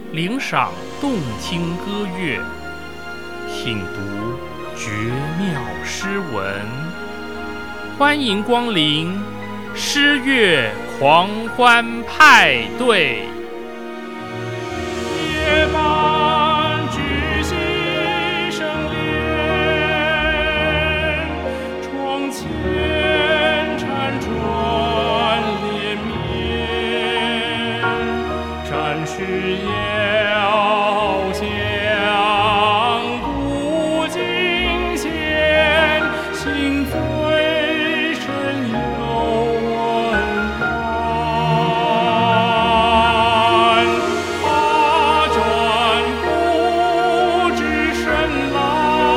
领赏动听歌乐，品读绝妙诗文。欢迎光临诗乐狂欢派对。 夜半举息声连，窗前辗转连绵，展翅遥想古今闲，心醉神游闻欢。花转不知深老，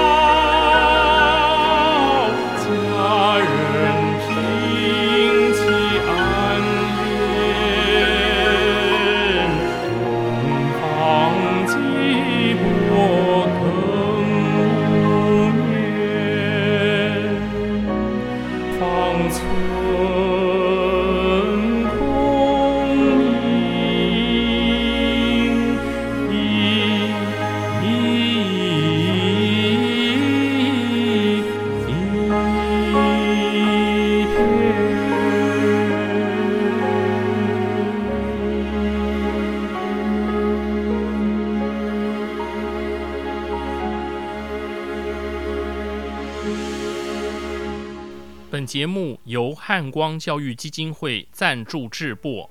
佳人平气安眠，东方寂寞更无眠，方寸空本节目由汉光教育基金会赞助制播。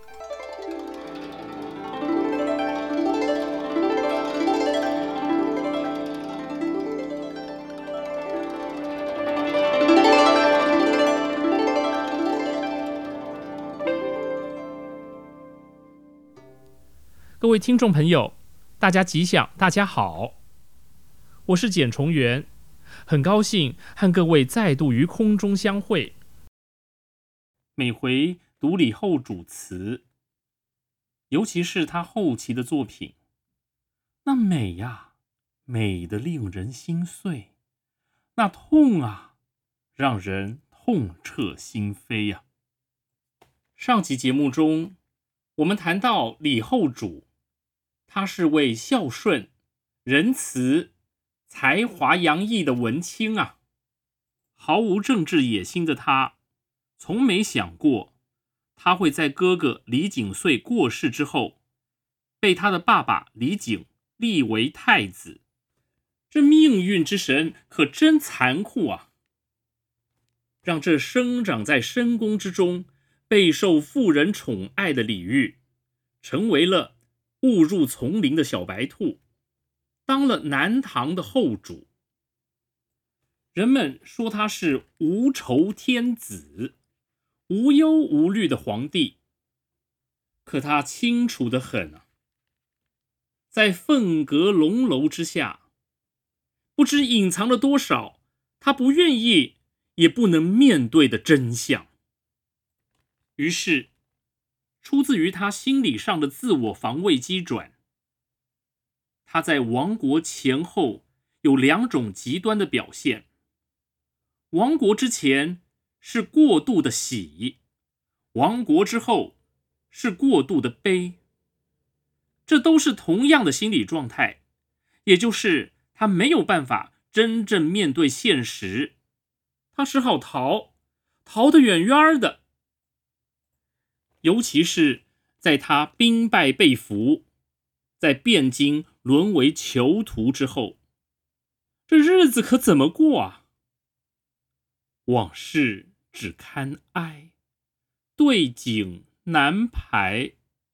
各位听众朋友，大家吉祥，大家好，我是简崇元，很高兴和各位再度于空中相会。每回读李后主词，尤其是他后期的作品，那美呀，美得令人心碎；那痛啊，让人痛彻心扉呀。上集节目中，我们谈到李后主，他是位孝顺、仁慈、才华洋溢的文青啊。毫无政治野心的他，从没想过他会在哥哥李景遂过世之后，被他的爸爸李景立为太子。这命运之神可真残酷啊，让这生长在深宫之中，备受妇人宠爱的李煜，成为了误入丛林的小白兔，当了南唐的后主。人们说他是无愁天子，无忧无虑的皇帝，可他清楚得很啊，在凤阁龙楼之下，不知隐藏了多少他不愿意也不能面对的真相。于是出自于他心理上的自我防卫机转，他在亡国前后有两种极端的表现。亡国之前是过度的喜，亡国之后是过度的悲。这都是同样的心理状态，也就是他没有办法真正面对现实，他只好逃，逃得远远的。尤其是在他兵败被俘，在汴京沦为囚徒之后，这日子可怎么过啊？往事只堪哀，对景难排。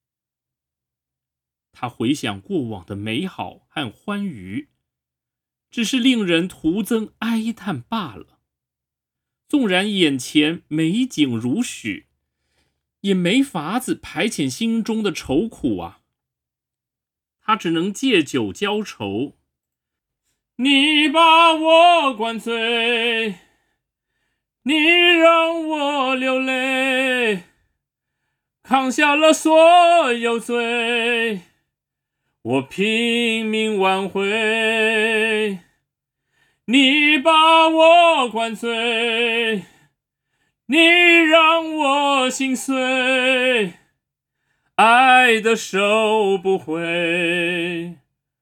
他回想过往的美好和欢愉，只是令人徒增哀叹罢了。纵然眼前美景如许，也没法子排遣心中的愁苦啊。他只能借酒浇愁。你把我灌醉，你让我流泪，扛下了所有罪，我拼命挽回。你把我灌醉，你让我心碎， 爱的收不回。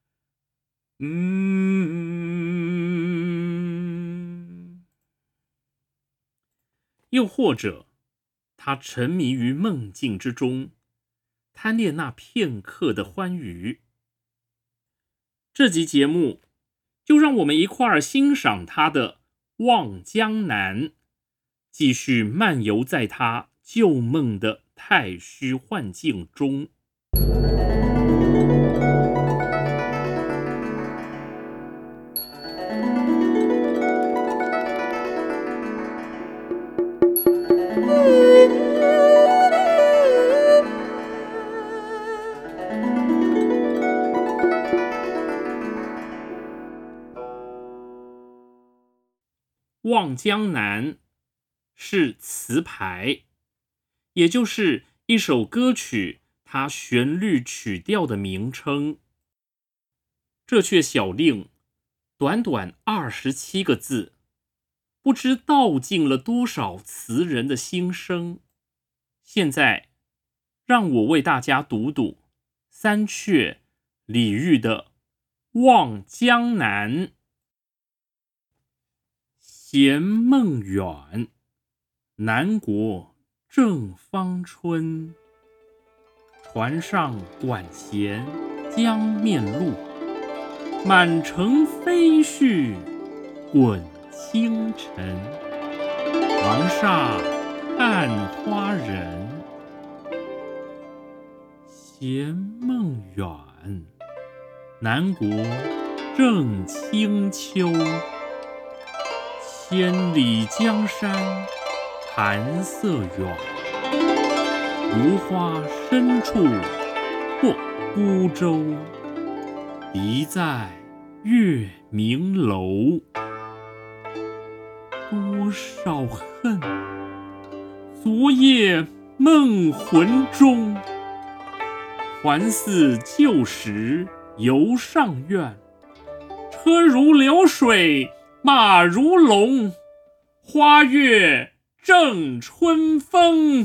又或者，他沉迷于梦境之中，贪恋那片刻的欢愉。这集节目就让我们一块儿欣赏他的《望江南》，继续漫游在他旧梦的太虚幻境中。《望江南》是词牌，也就是一首歌曲它旋律曲调的名称。这阙小令短短27个字，不知道尽了多少词人的心声。现在让我为大家读读三阙李煜的《望江南》。闲梦远，南国正芳春。船上管弦江面路，满城飞絮滚清尘。王煞看花人，闲梦远，南国正清秋。千里江山寒色远，如花深处或孤舟。敌在月明楼，多少恨，昨夜梦魂中。还似旧时游上苑，车如流水马如龙，花月正春风。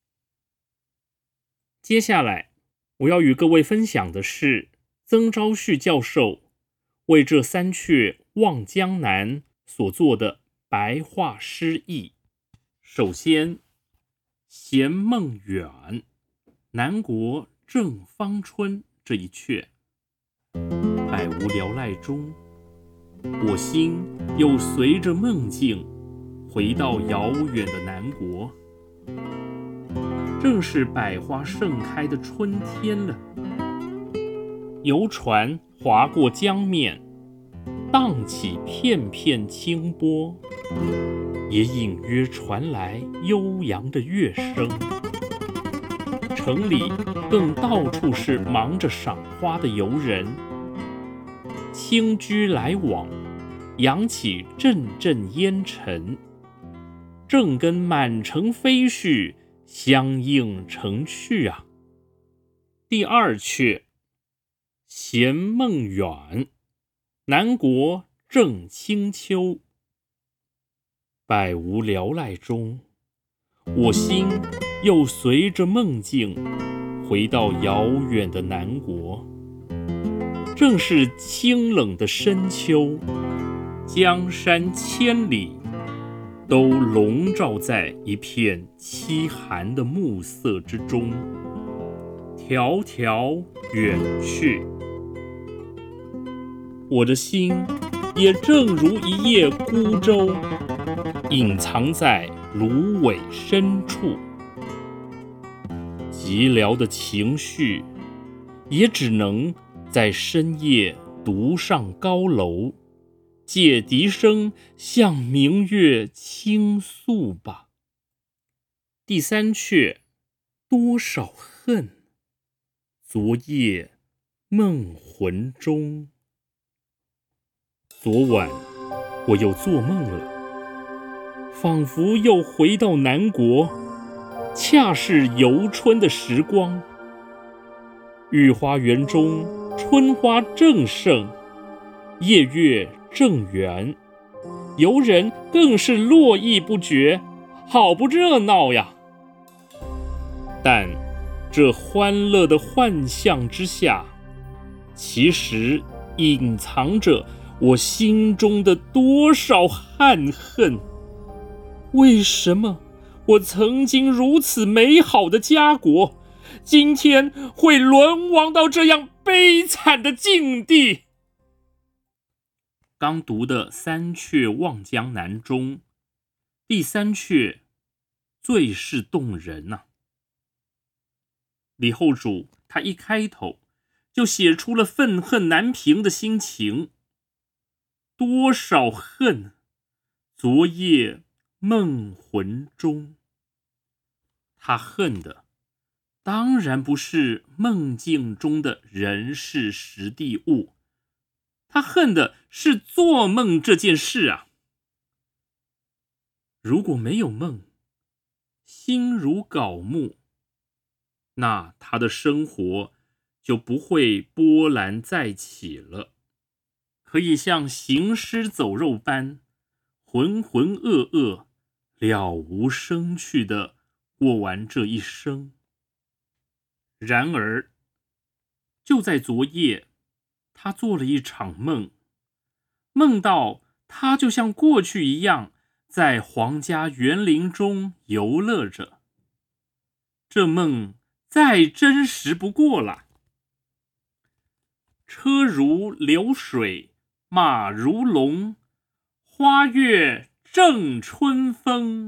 接下来我要与各位分享的是曾昭绪教授为这三阙《望江南》所做的白话诗意。首先，闲梦远，南国正芳春这一阙，百无聊赖中，我心又随着梦境回到遥远的南国。正是百花盛开的春天了。游船划过江面，荡起片片清波，也隐约传来悠扬的乐声。城里更到处是忙着赏花的游人，轻居来往，扬起阵阵烟尘，正跟满城飞絮相映成趣啊。第二阙，闲梦远，南国正清秋。百无聊赖中，我心又随着梦境回到遥远的南国。正是清冷的深秋，江山千里，都笼罩在一片凄寒的暮色之中，迢迢远去。我的心也正如一叶孤舟，隐藏在芦苇深处。寂寥的情绪也只能在深夜独上高楼，借笛声向明月倾诉吧。第三阙，多少恨，昨夜梦魂中。昨晚我又做梦了，仿佛又回到南国，恰是游春的时光。御花园中春花正盛，夜月正圆，游人更是络绎不绝，好不热闹呀。但这欢乐的幻象之下，其实隐藏着我心中的多少憾恨。为什么我曾经如此美好的家国，今天会沦亡到这样悲惨的境地？刚读的《三阙望江南》中，第三阙最是动人啊。李后主他一开头就写出了愤恨难平的心情。多少恨，昨夜梦魂中。他恨的当然不是梦境中的人事时地物，他恨的是做梦这件事啊。如果没有梦，心如槁木，那他的生活就不会波澜再起了，可以像行尸走肉般浑浑噩噩、了无生趣地过完这一生。然而，就在昨夜，他做了一场梦，梦到他就像过去一样，在皇家园林中游乐着。这梦再真实不过了。车如流水马如龙，花月正春风。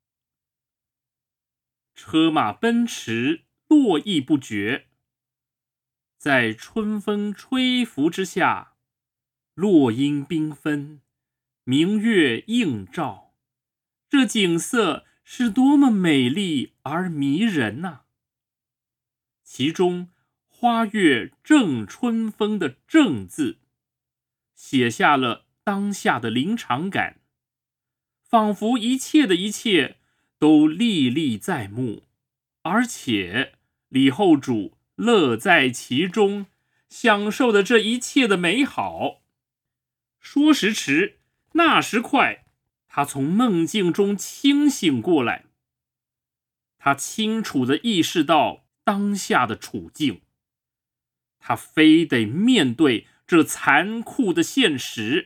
车马奔驰，络绎不绝，在春风吹拂之下，落英缤纷，明月映照，这景色是多么美丽而迷人啊！其中花月正春风的正字，写下了当下的临场感，仿佛一切的一切都历历在目，而且李后主乐在其中，享受的这一切的美好。说时迟，那时快，他从梦境中清醒过来，他清楚地意识到当下的处境，他非得面对这残酷的现实。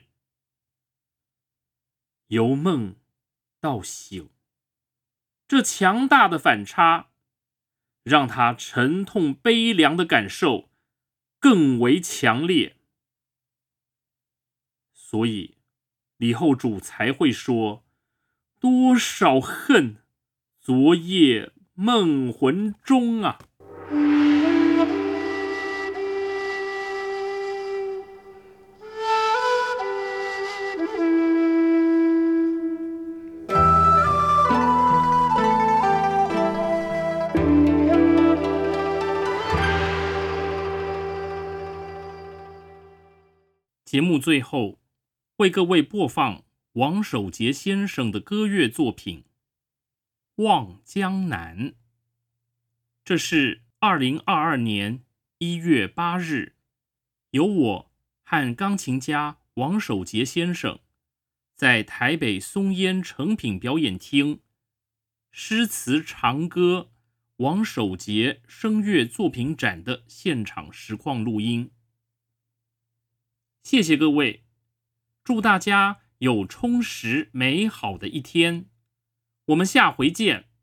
由梦到醒，这强大的反差，让他沉痛悲凉的感受更为强烈。所以李后主才会说，多少恨，昨夜梦魂中啊。节目最后为各位播放王守杰先生的歌乐作品《望江南》，这是2022年1月8日由我和钢琴家王守杰先生在台北松烟诚品表演厅诗词长歌王守杰声乐作品展的现场实况录音。谢谢各位，祝大家有充实美好的一天，我们下回见。